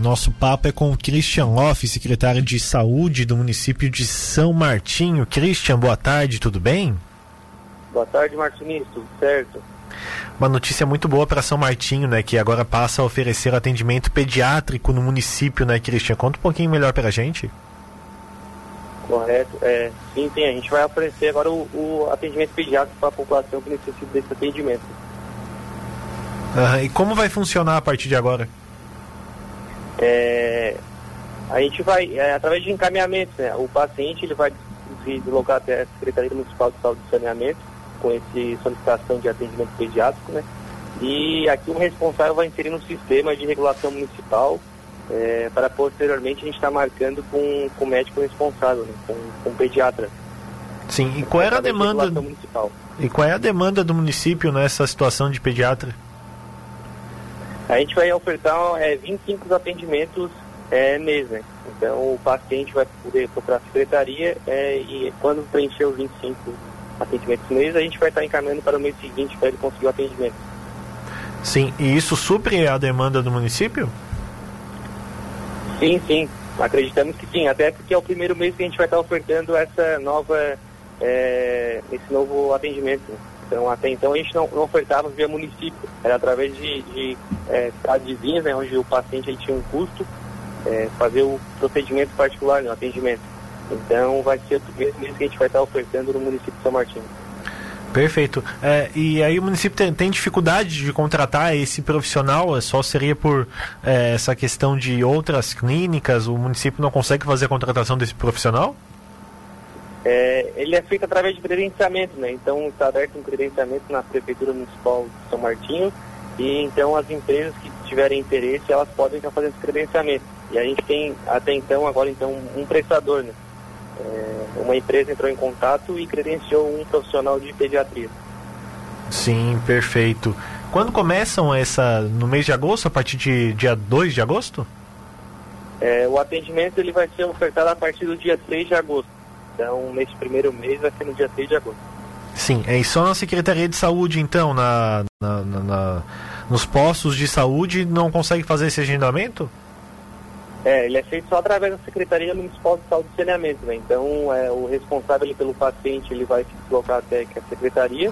Nosso papo é com o Christian Loff, secretário de Saúde do município de São Martinho. Christian, boa tarde, tudo bem? Boa tarde, Martins, tudo certo? Uma notícia muito boa para São Martinho, né, que agora passa a oferecer atendimento pediátrico no município, né, Christian? Conta um pouquinho melhor para a gente. Correto, sim, a gente vai oferecer agora o atendimento pediátrico para a população que necessita desse atendimento. E como vai funcionar a partir de agora? A gente vai, através de encaminhamento, né, o paciente ele vai se deslocar até a Secretaria Municipal de Saúde e Saneamento com essa solicitação de atendimento pediátrico, né, e aqui o responsável vai inserir no sistema de regulação municipal para posteriormente a gente estar marcando com o médico responsável, né, com o pediatra. Sim, e qual era a demanda? E qual é a demanda do município nessa situação de pediatra? A gente vai ofertar 25 atendimentos mês, né? Então o paciente vai poder procurar a secretaria e quando preencher os 25 atendimentos mês, a gente vai estar encaminhando para o mês seguinte para ele conseguir o atendimento. Sim, e isso supre a demanda do município? Sim, acreditamos que sim, até porque é o primeiro mês que a gente vai estar ofertando esse novo atendimento. Então, até então a gente não ofertava via município, era através de cidades vizinhas, né, onde o paciente aí tinha um custo, fazer o procedimento particular, né, o atendimento. Então vai ser o primeiro mês que a gente vai estar ofertando no município de São Martinho. Perfeito. E aí o município tem dificuldade de contratar esse profissional? Só seria por essa questão de outras clínicas? O município não consegue fazer a contratação desse profissional? Ele é feito através de credenciamento, né? Então está aberto um credenciamento na Prefeitura Municipal de São Martinho e então as empresas que tiverem interesse, elas podem estar fazendo esse credenciamento. E a gente tem até então, um prestador, né? Uma empresa entrou em contato e credenciou um profissional de pediatria. Sim, perfeito. Quando começam no mês de agosto, a partir de dia 2 de agosto? O atendimento ele vai ser ofertado a partir do dia 6 de agosto. Então, nesse primeiro mês vai ser no dia 6 de agosto. Sim, e só na Secretaria de Saúde, então, nos postos de saúde, não consegue fazer esse agendamento? Ele é feito só através da Secretaria Municipal de Saúde e Saneamento, né? Então, o responsável pelo paciente, ele vai se deslocar até a Secretaria,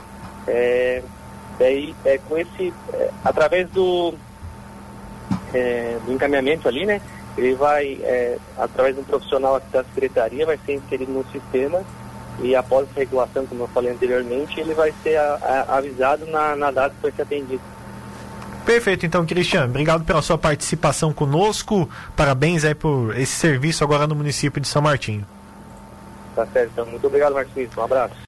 através do encaminhamento ali, né? Ele vai, através de um profissional aqui da Secretaria, vai ser inserido no sistema e após essa regulação, como eu falei anteriormente, ele vai ser avisado na data que vai ser atendido. Perfeito, então, Christian, obrigado pela sua participação conosco, parabéns aí por esse serviço agora no município de São Martinho. Tá certo, então, muito obrigado, Martins, um abraço.